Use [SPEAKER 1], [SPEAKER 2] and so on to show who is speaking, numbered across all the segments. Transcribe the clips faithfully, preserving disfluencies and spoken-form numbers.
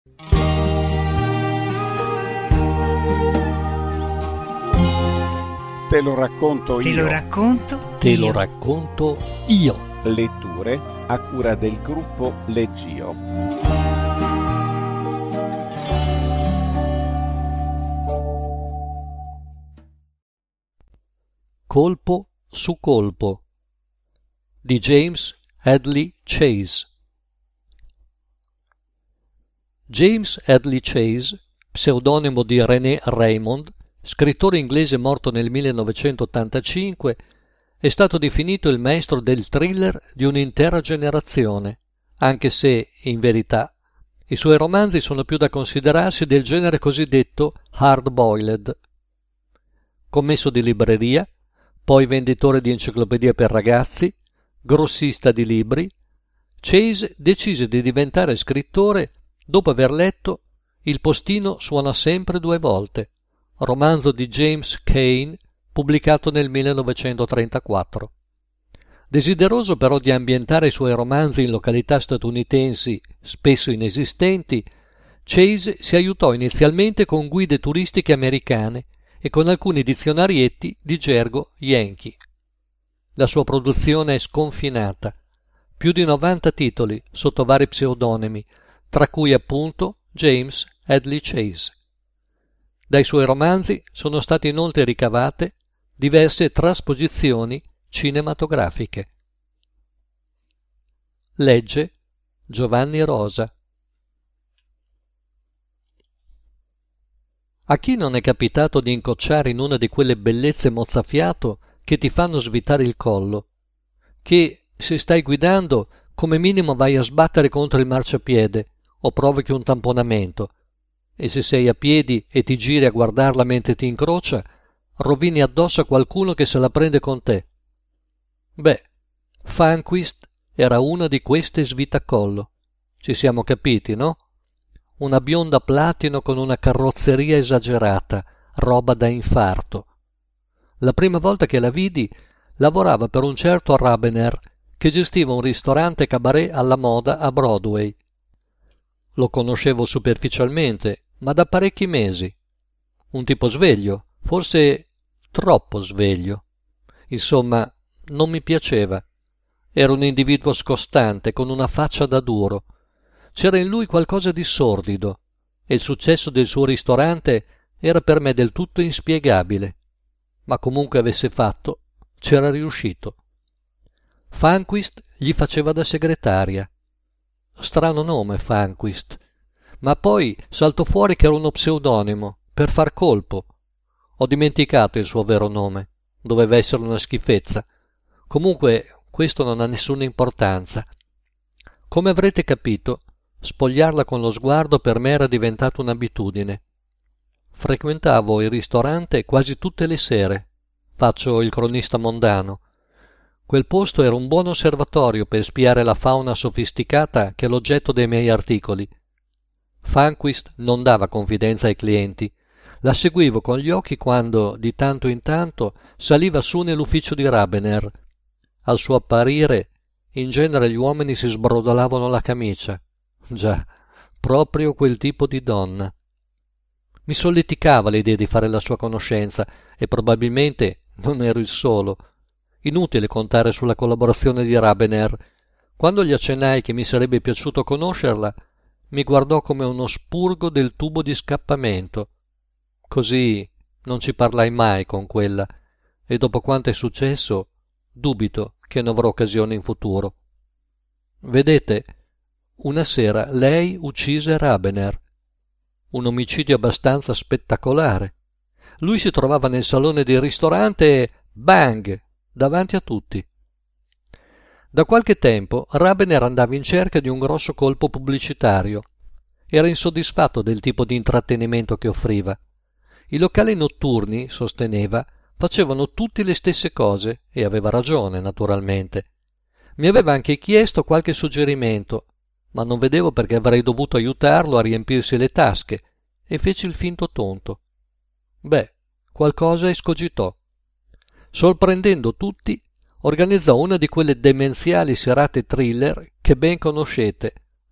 [SPEAKER 1] Te lo racconto
[SPEAKER 2] Te
[SPEAKER 1] io.
[SPEAKER 2] lo racconto
[SPEAKER 3] Te
[SPEAKER 2] io.
[SPEAKER 3] lo racconto io.
[SPEAKER 1] Letture a cura del gruppo Leggio.
[SPEAKER 3] Colpo su colpo di James Hadley Chase. James Hadley Chase, pseudonimo di René Raymond, scrittore inglese morto nel millenovecentottantacinque, è stato definito il maestro del thriller di un'intera generazione, anche se, in verità, i suoi romanzi sono più da considerarsi del genere cosiddetto hard-boiled. Commesso di libreria, poi venditore di enciclopedie per ragazzi, grossista di libri, Chase decise di diventare scrittore dopo aver letto Il postino suona sempre due volte, romanzo di James Cain pubblicato nel millenovecentotrentaquattro. Desideroso però di ambientare i suoi romanzi in località statunitensi spesso inesistenti, Chase si aiutò inizialmente con guide turistiche americane e con alcuni dizionarietti di gergo yankee. La sua produzione è sconfinata, più di novanta titoli sotto vari pseudonimi, tra cui appunto James Hadley Chase. Dai suoi romanzi sono state inoltre ricavate diverse trasposizioni cinematografiche. Legge Giovanni Rosa. A chi non è capitato di incocciare in una di quelle bellezze mozzafiato che ti fanno svitare il collo, che, se stai guidando, come minimo vai a sbattere contro il marciapiede o provochi un tamponamento, e se sei a piedi e ti giri a guardarla mentre ti incrocia, rovini addosso a qualcuno che se la prende con te? Beh, Fanquist era una di queste svitacollo. Ci siamo capiti, no? Una bionda platino con una carrozzeria esagerata, roba da infarto. La prima volta che la vidi, lavorava per un certo Rabener, che gestiva un ristorante cabaret alla moda a Broadway. Lo conoscevo superficialmente, ma da parecchi mesi. Un tipo sveglio, forse troppo sveglio. Insomma, non mi piaceva. Era un individuo scostante, con una faccia da duro. C'era in lui qualcosa di sordido, e il successo del suo ristorante era per me del tutto inspiegabile. Ma comunque avesse fatto, c'era riuscito. Fanquist gli faceva da segretaria. Strano nome, Fanquist. Ma poi saltò fuori che era uno pseudonimo, per far colpo. Ho dimenticato il suo vero nome. Doveva essere una schifezza. Comunque, questo non ha nessuna importanza. Come avrete capito, spogliarla con lo sguardo per me era diventata un'abitudine. Frequentavo il ristorante quasi tutte le sere. Faccio il cronista mondano. Quel posto era un buon osservatorio per spiare la fauna sofisticata che è l'oggetto dei miei articoli. Fanquist non dava confidenza ai clienti. La seguivo con gli occhi quando, di tanto in tanto, saliva su nell'ufficio di Rabener. Al suo apparire, in genere gli uomini si sbrodolavano la camicia. Già, proprio quel tipo di donna. Mi solleticava l'idea di fare la sua conoscenza e probabilmente non ero il solo. Inutile contare sulla collaborazione di Rabener. Quando gli accennai che mi sarebbe piaciuto conoscerla, mi guardò come uno spurgo del tubo di scappamento. Così non ci parlai mai con quella, e dopo quanto è successo, dubito che ne avrò occasione in futuro. Vedete, una sera lei uccise Rabener. Un omicidio abbastanza spettacolare. Lui si trovava nel salone del ristorante e bang! Davanti a tutti. Da qualche tempo Rabener andava in cerca di un grosso colpo pubblicitario. Era insoddisfatto del tipo di intrattenimento che offriva. I locali notturni, sosteneva, facevano tutti le stesse cose, e aveva ragione, naturalmente. Mi aveva anche chiesto qualche suggerimento, ma non vedevo perché avrei dovuto aiutarlo a riempirsi le tasche, e feci il finto tonto. Beh, qualcosa escogitò. Sorprendendo tutti, organizzò una di quelle demenziali serate thriller che ben conoscete,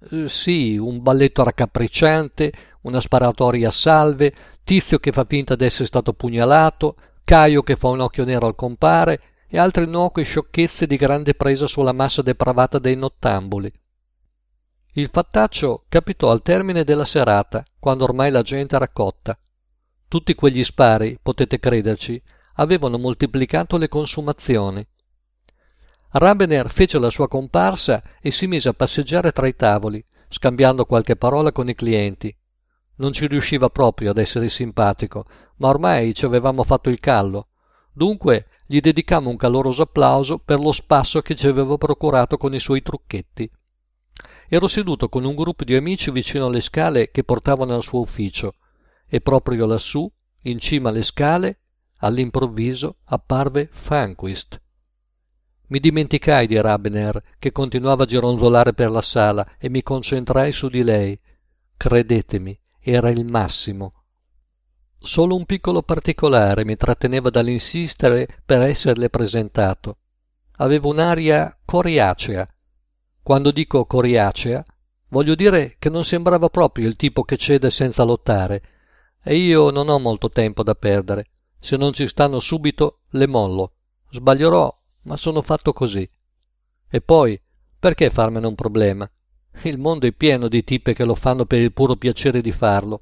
[SPEAKER 3] Eh, sì, un balletto raccapricciante, una sparatoria a salve, Tizio che fa finta d'essere stato pugnalato, Caio che fa un occhio nero al compare e altre innocue sciocchezze di grande presa sulla massa depravata dei nottambuli. Il fattaccio capitò al termine della serata, quando ormai la gente era cotta. Tutti quegli spari, potete crederci, avevano moltiplicato le consumazioni. Rabener fece la sua comparsa e si mise a passeggiare tra i tavoli, scambiando qualche parola con i clienti. Non ci riusciva proprio ad essere simpatico, ma ormai ci avevamo fatto il callo. Dunque gli dedicammo un caloroso applauso per lo spasso che ci aveva procurato con i suoi trucchetti. Ero seduto con un gruppo di amici vicino alle scale che portavano al suo ufficio, e proprio lassù, in cima alle scale, all'improvviso apparve Fanquist. Mi dimenticai di Rabener, che continuava a gironzolare per la sala, e mi concentrai su di lei. Credetemi, era il massimo. Solo un piccolo particolare mi tratteneva dall'insistere per esserle presentato. Aveva un'aria coriacea. Quando dico coriacea, voglio dire che non sembrava proprio il tipo che cede senza lottare, e io non ho molto tempo da perdere. Se non ci stanno subito, le mollo. Sbaglierò, ma sono fatto così. E poi, perché farmene un problema? Il mondo è pieno di tipe che lo fanno per il puro piacere di farlo.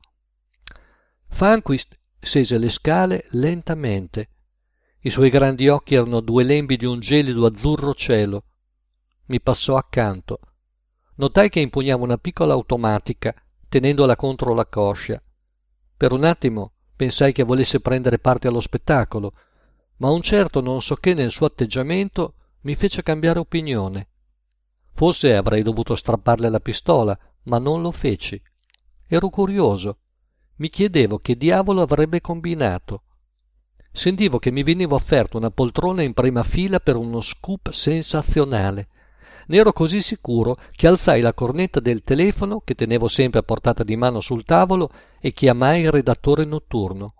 [SPEAKER 3] Fanquist scese le scale lentamente. I suoi grandi occhi erano due lembi di un gelido azzurro cielo. Mi passò accanto. Notai che impugnava una piccola automatica, tenendola contro la coscia. Per un attimo pensai che volesse prendere parte allo spettacolo, ma un certo non so che nel suo atteggiamento mi fece cambiare opinione. Forse avrei dovuto strapparle la pistola, ma non lo feci. Ero curioso. Mi chiedevo che diavolo avrebbe combinato. Sentivo che mi veniva offerta una poltrona in prima fila per uno scoop sensazionale. Ne ero così sicuro che alzai la cornetta del telefono, che tenevo sempre a portata di mano sul tavolo, e chiamai il redattore notturno.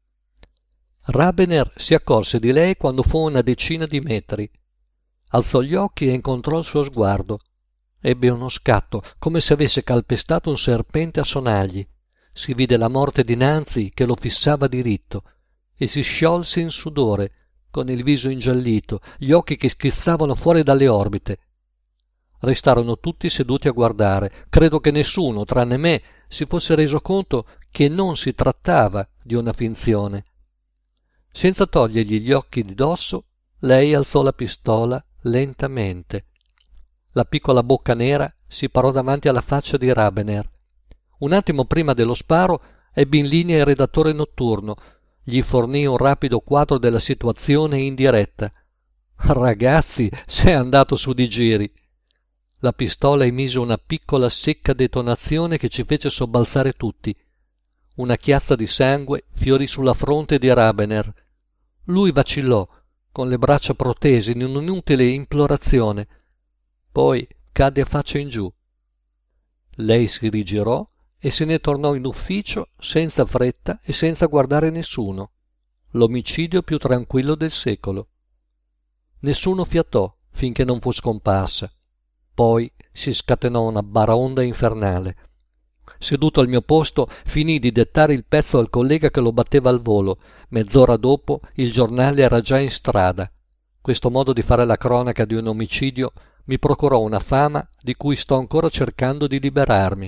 [SPEAKER 3] Rabener si accorse di lei quando fu a una decina di metri. Alzò gli occhi e incontrò il suo sguardo. Ebbe uno scatto, come se avesse calpestato un serpente a sonagli. Si vide la morte dinanzi che lo fissava diritto e si sciolse in sudore, con il viso ingiallito, gli occhi che schizzavano fuori dalle orbite. Restarono tutti seduti a guardare. Credo che nessuno, tranne me, si fosse reso conto che non si trattava di una finzione. Senza togliergli gli occhi di dosso, lei alzò la pistola lentamente. La piccola bocca nera si parò davanti alla faccia di Rabener. Un attimo prima dello sparo ebbe in linea il redattore notturno. Gli fornì un rapido quadro della situazione in diretta. Ragazzi, s'è andato su di giri. La pistola emise una piccola secca detonazione che ci fece sobbalzare tutti. Una chiazza di sangue fiorì sulla fronte di Rabener. Lui vacillò, con le braccia protese in un'inutile implorazione. Poi cadde a faccia in giù. Lei si rigirò e se ne tornò in ufficio senza fretta e senza guardare nessuno. L'omicidio più tranquillo del secolo. Nessuno fiatò finché non fu scomparsa. Poi si scatenò una baraonda infernale. Seduto al mio posto, finii di dettare il pezzo al collega che lo batteva al volo. Mezz'ora dopo il giornale era già in strada. Questo modo di fare la cronaca di un omicidio mi procurò una fama di cui sto ancora cercando di liberarmi.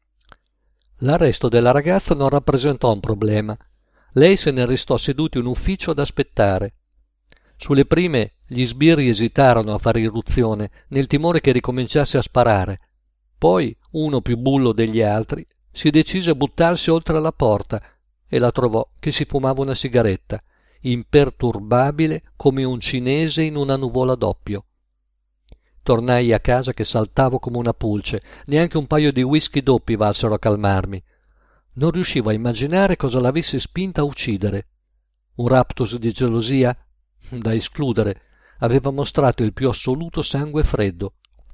[SPEAKER 3] L'arresto della ragazza non rappresentò un problema. Lei se ne restò seduta in ufficio ad aspettare. Sulle prime gli sbirri esitarono a fare irruzione, nel timore che ricominciasse a sparare. Poi uno più bullo degli altri si decise a buttarsi oltre la porta e la trovò che si fumava una sigaretta, imperturbabile come un cinese in una nuvola d'oppio. Tornai a casa che saltavo come una pulce, neanche un paio di whisky doppi valsero a calmarmi. Non riuscivo a immaginare cosa l'avesse spinta a uccidere. Un raptus di gelosia? Da escludere. Aveva mostrato il più assoluto sangue freddo.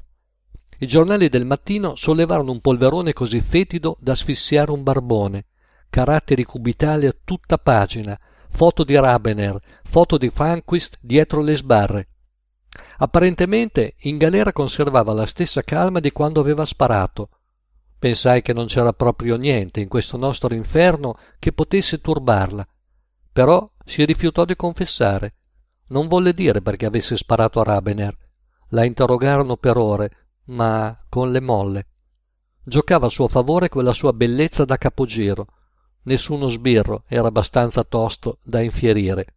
[SPEAKER 3] I giornali del mattino sollevarono un polverone così fetido da asfissiare un barbone. Caratteri cubitali a tutta pagina, foto di Rabener, foto di Fanquist dietro le sbarre. Apparentemente in galera conservava la stessa calma di quando aveva sparato. Pensai che non c'era proprio niente in questo nostro inferno che potesse turbarla. Però si rifiutò di confessare. Non volle dire perché avesse sparato a Rabener. La interrogarono per ore, ma con le molle. Giocava a suo favore quella sua bellezza da capogiro. Nessuno sbirro era abbastanza tosto da infierire.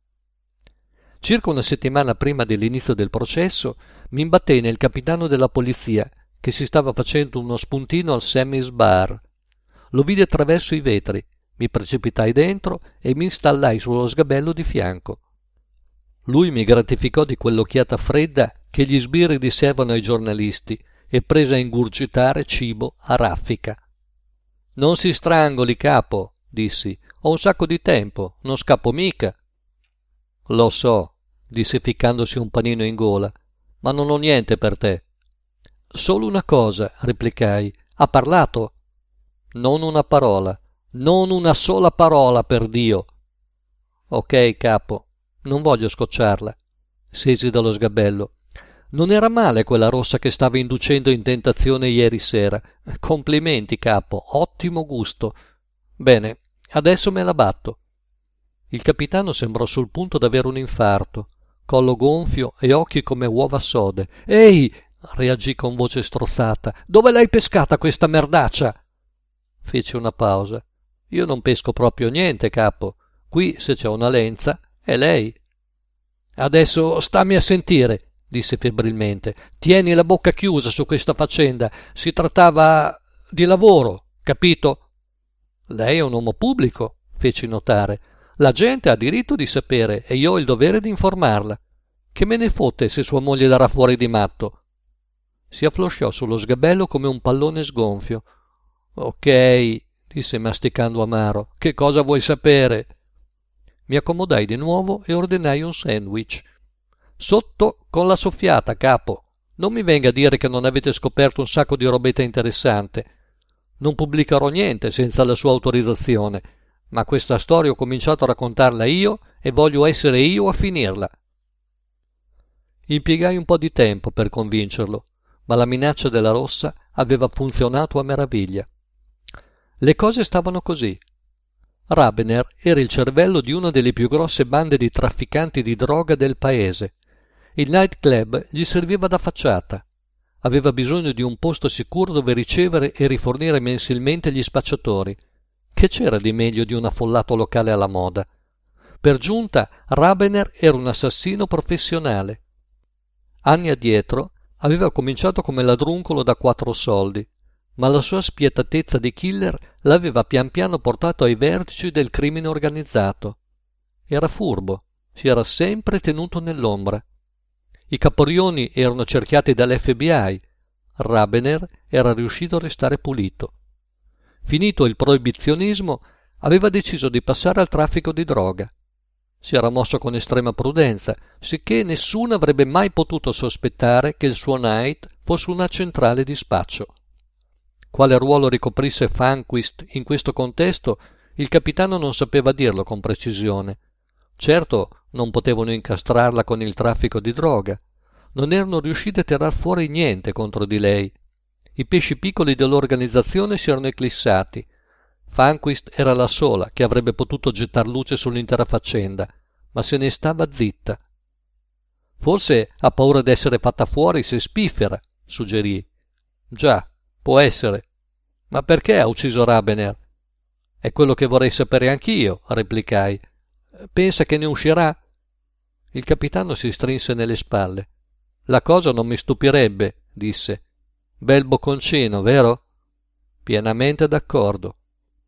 [SPEAKER 3] Circa una settimana prima dell'inizio del processo mi imbattei nel capitano della polizia che si stava facendo uno spuntino al Sammy's Bar. Lo vidi attraverso i vetri, mi precipitai dentro e mi installai sullo sgabello di fianco. Lui mi gratificò di quell'occhiata fredda che gli sbirri riservano ai giornalisti e prese a ingurgitare cibo a raffica. «Non si strangoli, capo», dissi, «ho un sacco di tempo, non scappo mica». «Lo so», disse ficcandosi un panino in gola, «ma non ho niente per te». «Solo una cosa», replicai, «ha parlato?» «Non una parola, non una sola parola, per Dio». «Ok, capo, non voglio scocciarla». Scesi dallo sgabello. «Non era male quella rossa che stava inducendo in tentazione ieri sera. Complimenti, capo, ottimo gusto. Bene, adesso me la batto». Il capitano sembrò sul punto d'avere un infarto, collo gonfio e occhi come uova sode. «Ehi!» reagì con voce strozzata. «Dove l'hai pescata questa merdaccia?» Fece una pausa. «Io non pesco proprio niente, capo. Qui, se c'è una lenza, è lei». «Adesso stammi a sentire», disse febbrilmente. «Tieni la bocca chiusa su questa faccenda. Si trattava di lavoro, capito?» «Lei è un uomo pubblico», feci notare. «La gente ha diritto di sapere e io ho il dovere di informarla. Che me ne fotte se sua moglie darà fuori di matto?» Si afflosciò sullo sgabello come un pallone sgonfio. «Ok», disse masticando amaro, «che cosa vuoi sapere?» Mi accomodai di nuovo e ordinai un sandwich. «Sotto con la soffiata, capo. Non mi venga a dire che non avete scoperto un sacco di robetta interessante. Non pubblicherò niente senza la sua autorizzazione, ma questa storia ho cominciato a raccontarla io e voglio essere io a finirla». Impiegai un po' di tempo per convincerlo, ma la minaccia della rossa aveva funzionato a meraviglia. Le cose stavano così. Rabener era il cervello di una delle più grosse bande di trafficanti di droga del paese. Il night club gli serviva da facciata. Aveva bisogno di un posto sicuro dove ricevere e rifornire mensilmente gli spacciatori. Che c'era di meglio di un affollato locale alla moda? Per giunta, Rabener era un assassino professionale. Anni addietro aveva cominciato come ladruncolo da quattro soldi, ma la sua spietatezza di killer l'aveva pian piano portato ai vertici del crimine organizzato. Era furbo, si era sempre tenuto nell'ombra. I caporioni erano cerchiati dall'F B I. Rabener era riuscito a restare pulito. Finito il proibizionismo, aveva deciso di passare al traffico di droga. Si era mosso con estrema prudenza, sicché nessuno avrebbe mai potuto sospettare che il suo night fosse una centrale di spaccio. Quale ruolo ricoprisse Fanquist in questo contesto, il capitano non sapeva dirlo con precisione. Certo, non potevano incastrarla con il traffico di droga. Non erano riusciti a tirar fuori niente contro di lei. I pesci piccoli dell'organizzazione si erano eclissati. Fanquist era la sola che avrebbe potuto gettar luce sull'intera faccenda, ma se ne stava zitta. «Forse ha paura d'essere fatta fuori se spiffera», suggerì. «Già, può essere. Ma perché ha ucciso Rabener?» «È quello che vorrei sapere anch'io», replicai. «Pensa che ne uscirà?» Il capitano si strinse nelle spalle. «La cosa non mi stupirebbe», disse. «Bel bocconcino, vero?» «Pienamente d'accordo».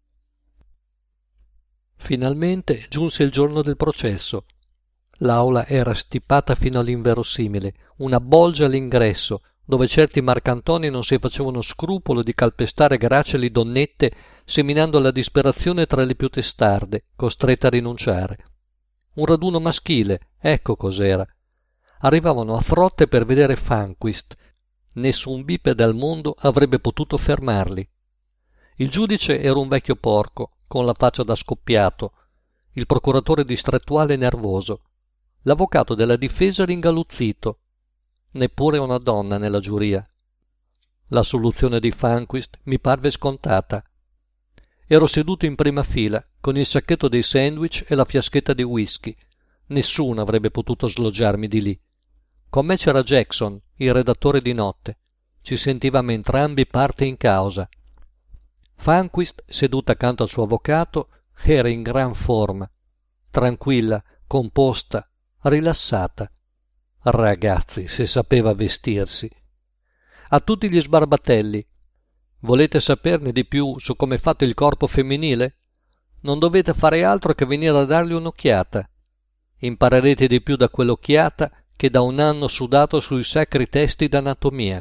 [SPEAKER 3] Finalmente giunse il giorno del processo. L'aula era stipata fino all'inverosimile, una bolgia all'ingresso, dove certi marcantoni non si facevano scrupolo di calpestare gracili donnette, seminando la disperazione tra le più testarde, costrette a rinunciare. Un raduno maschile, ecco cos'era. Arrivavano a frotte per vedere Fanquist. Nessun bipede al mondo avrebbe potuto fermarli. Il giudice era un vecchio porco, con la faccia da scoppiato, il procuratore distrettuale nervoso, l'avvocato della difesa ringaluzzito. neppure una donna nella giuria. La soluzione di Fanquist mi parve scontata. Ero seduto in prima fila, con il sacchetto dei sandwich e la fiaschetta di whisky. Nessuno avrebbe potuto sloggiarmi di lì. Con me c'era Jackson, il redattore di notte. Ci sentivamo entrambi parte in causa. Fanquist, seduta accanto al suo avvocato, era in gran forma, tranquilla, composta, rilassata. Ragazzi, se sapeva vestirsi. A tutti gli sbarbatelli: volete saperne di più su come è fatto il corpo femminile? Non dovete fare altro che venire a dargli un'occhiata. Imparerete di più da quell'occhiata che da un anno sudato sui sacri testi d'anatomia.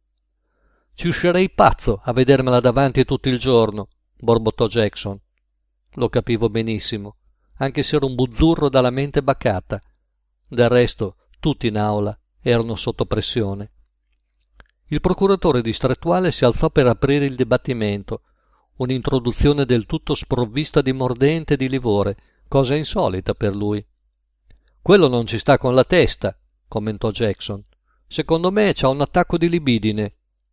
[SPEAKER 3] Ci uscirei pazzo a vedermela davanti tutto il giorno, borbottò Jackson. Lo capivo benissimo, anche se ero un buzzurro dalla mente bacata. Del resto, tutti in aula erano sotto pressione. Il procuratore distrettuale si alzò per aprire il dibattimento, un'introduzione del tutto sprovvista di mordente e di livore, cosa insolita per lui. «Quello non ci sta con la testa», commentò Jackson. «Secondo me c'ha un attacco di libidine».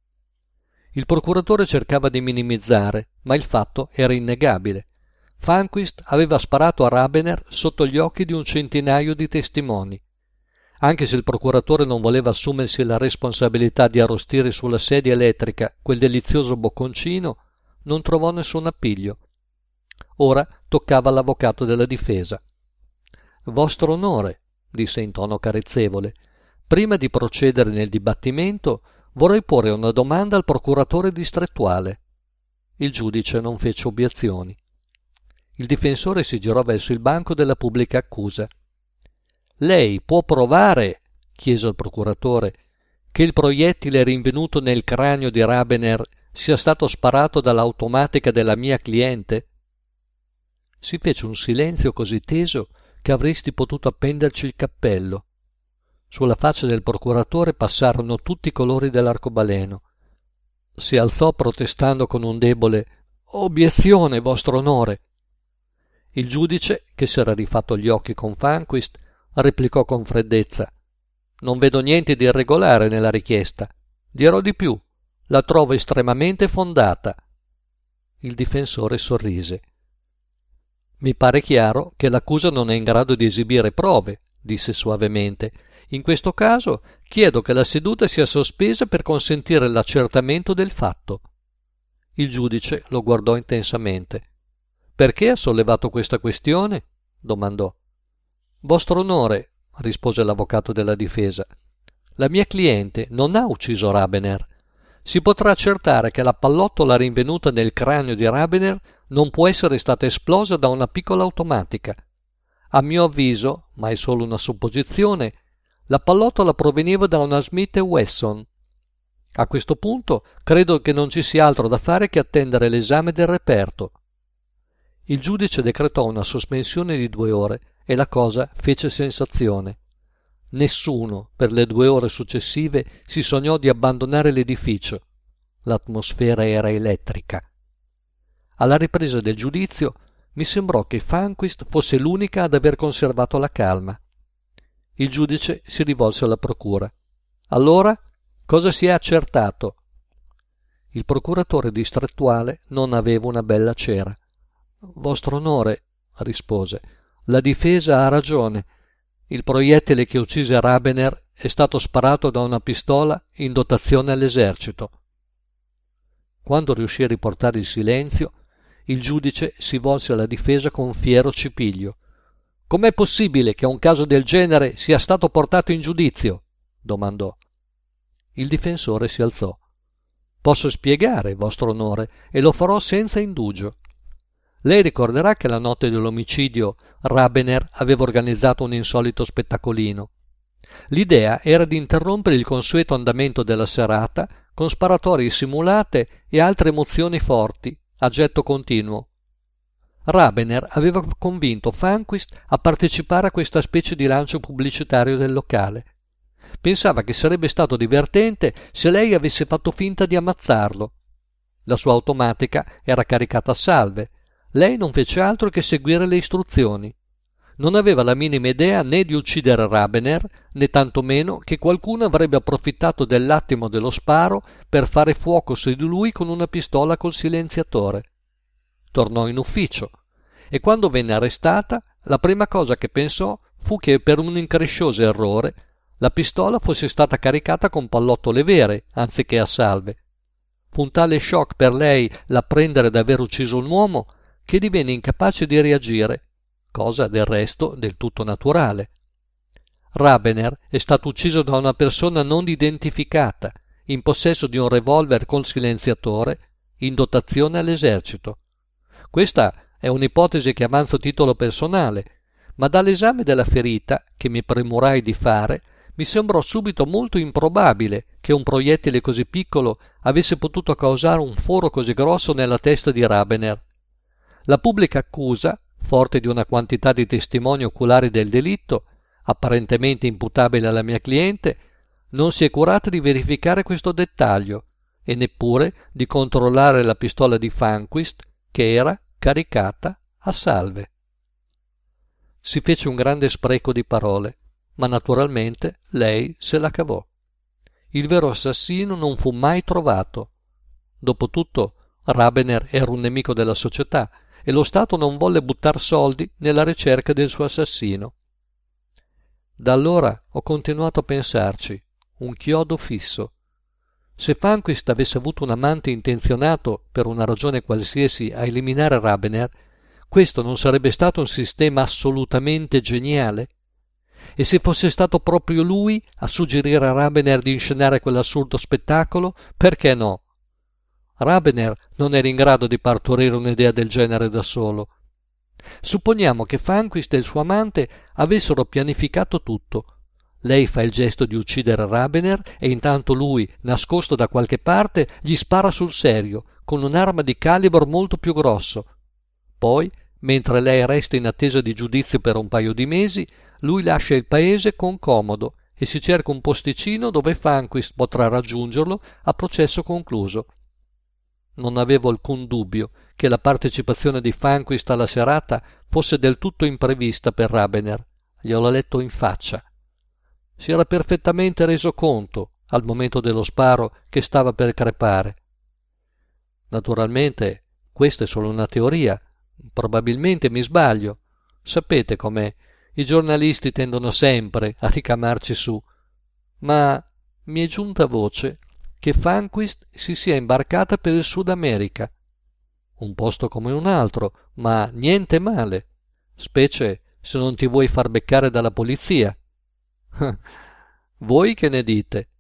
[SPEAKER 3] Il procuratore cercava di minimizzare, ma il fatto era innegabile. Fanquist aveva sparato a Rabener sotto gli occhi di un centinaio di testimoni. Anche se il procuratore non voleva assumersi la responsabilità di arrostire sulla sedia elettrica quel delizioso bocconcino, non trovò nessun appiglio. Ora toccava all'avvocato della difesa. «Vostro onore», disse in tono carezzevole, «prima di procedere nel dibattimento vorrei porre una domanda al procuratore distrettuale». Il giudice non fece obiezioni. Il difensore si girò verso il banco della pubblica accusa. «Lei può provare», chiese il procuratore, «che il proiettile rinvenuto nel cranio di Rabener sia stato sparato dall'automatica della mia cliente?» Si fece un silenzio così teso che avresti potuto appenderci il cappello. Sulla faccia del procuratore passarono tutti i colori dell'arcobaleno. Si alzò protestando con un debole «Obiezione, vostro onore!». Il giudice, che s'era rifatto gli occhi con Fanquist, replicò con freddezza: «Non vedo niente di irregolare nella richiesta. Dirò di più, la trovo estremamente fondata». Il difensore sorrise. «Mi pare chiaro che l'accusa non è in grado di esibire prove», disse suavemente. «In questo caso chiedo che la seduta sia sospesa per consentire l'accertamento del fatto». Il giudice lo guardò intensamente. «Perché ha sollevato questa questione?» domandò. «Vostro onore», rispose l'avvocato della difesa, «la mia cliente non ha ucciso Rabener. Si potrà accertare che la pallottola rinvenuta nel cranio di Rabener non può essere stata esplosa da una piccola automatica. A mio avviso, ma è solo una supposizione, la pallottola proveniva da una Smith and Wesson. A questo punto credo che non ci sia altro da fare che attendere l'esame del reperto». Il giudice decretò una sospensione di due ore e la cosa fece sensazione. Nessuno per le due ore successive si sognò di abbandonare l'edificio. L'atmosfera era elettrica. Alla ripresa del giudizio mi sembrò che Fanquist fosse l'unica ad aver conservato la calma. Il giudice si rivolse alla procura. «Allora, cosa si è accertato?» Il procuratore distrettuale non aveva una bella cera. «Vostro onore», rispose, «la difesa ha ragione. Il proiettile che uccise Rabener è stato sparato da una pistola in dotazione all'esercito». Quando riuscì a riportare il silenzio, il giudice si volse alla difesa con fiero cipiglio. «Com'è possibile che un caso del genere sia stato portato in giudizio?» domandò. Il difensore si alzò. «Posso spiegare, vostro onore, e lo farò senza indugio. Lei ricorderà che la notte dell'omicidio Rabener aveva organizzato un insolito spettacolino. L'idea era di interrompere il consueto andamento della serata con sparatorie simulate e altre emozioni forti, a getto continuo. Rabener aveva convinto Fanquist a partecipare a questa specie di lancio pubblicitario del locale. Pensava che sarebbe stato divertente se lei avesse fatto finta di ammazzarlo. La sua automatica era caricata a salve. Lei non fece altro che seguire le istruzioni. Non aveva la minima idea né di uccidere Rabener, né tantomeno che qualcuno avrebbe approfittato dell'attimo dello sparo per fare fuoco su di lui con una pistola col silenziatore. Tornò in ufficio e quando venne arrestata, la prima cosa che pensò fu che per un increscioso errore la pistola fosse stata caricata con pallottole vere anziché a salve. Fu un tale shock per lei l'apprendere d'aver ucciso un uomo che divenne incapace di reagire, cosa del resto del tutto naturale. Rabener è stato ucciso da una persona non identificata, in possesso di un revolver con silenziatore, in dotazione all'esercito. Questa è un'ipotesi che avanzo a titolo personale, ma dall'esame della ferita, che mi premurai di fare, mi sembrò subito molto improbabile che un proiettile così piccolo avesse potuto causare un foro così grosso nella testa di Rabener. La pubblica accusa, forte di una quantità di testimoni oculari del delitto, apparentemente imputabile alla mia cliente, non si è curata di verificare questo dettaglio e neppure di controllare la pistola di Fanquist, che era caricata a salve. Si fece un grande spreco di parole, ma naturalmente lei se la cavò. Il vero assassino non fu mai trovato. Dopotutto, Rabener era un nemico della società e lo Stato non volle buttar soldi nella ricerca del suo assassino. Da allora ho continuato a pensarci, un chiodo fisso. Se Fanquist avesse avuto un amante intenzionato, per una ragione qualsiasi, a eliminare Rabener, questo non sarebbe stato un sistema assolutamente geniale? E se fosse stato proprio lui a suggerire a Rabener di inscenare quell'assurdo spettacolo, perché no? Rabener non era in grado di partorire un'idea del genere da solo. Supponiamo che Fanquist e il suo amante avessero pianificato tutto. Lei fa il gesto di uccidere Rabener e intanto lui, nascosto da qualche parte, gli spara sul serio, con un'arma di calibro molto più grosso. Poi, mentre lei resta in attesa di giudizio per un paio di mesi, lui lascia il paese con comodo e si cerca un posticino dove Fanquist potrà raggiungerlo a processo concluso. Non avevo alcun dubbio che la partecipazione di Fanquist alla serata fosse del tutto imprevista per Rabener. Gliel'ho letto in faccia. Si era perfettamente reso conto, al momento dello sparo, che stava per crepare. Naturalmente, questa è solo una teoria. Probabilmente mi sbaglio. Sapete com'è. I giornalisti tendono sempre a ricamarci su. Ma mi è giunta voce che Fanquist si sia imbarcata per il Sud America. Un posto come un altro, ma niente male, specie se non ti vuoi far beccare dalla polizia. Voi che ne dite?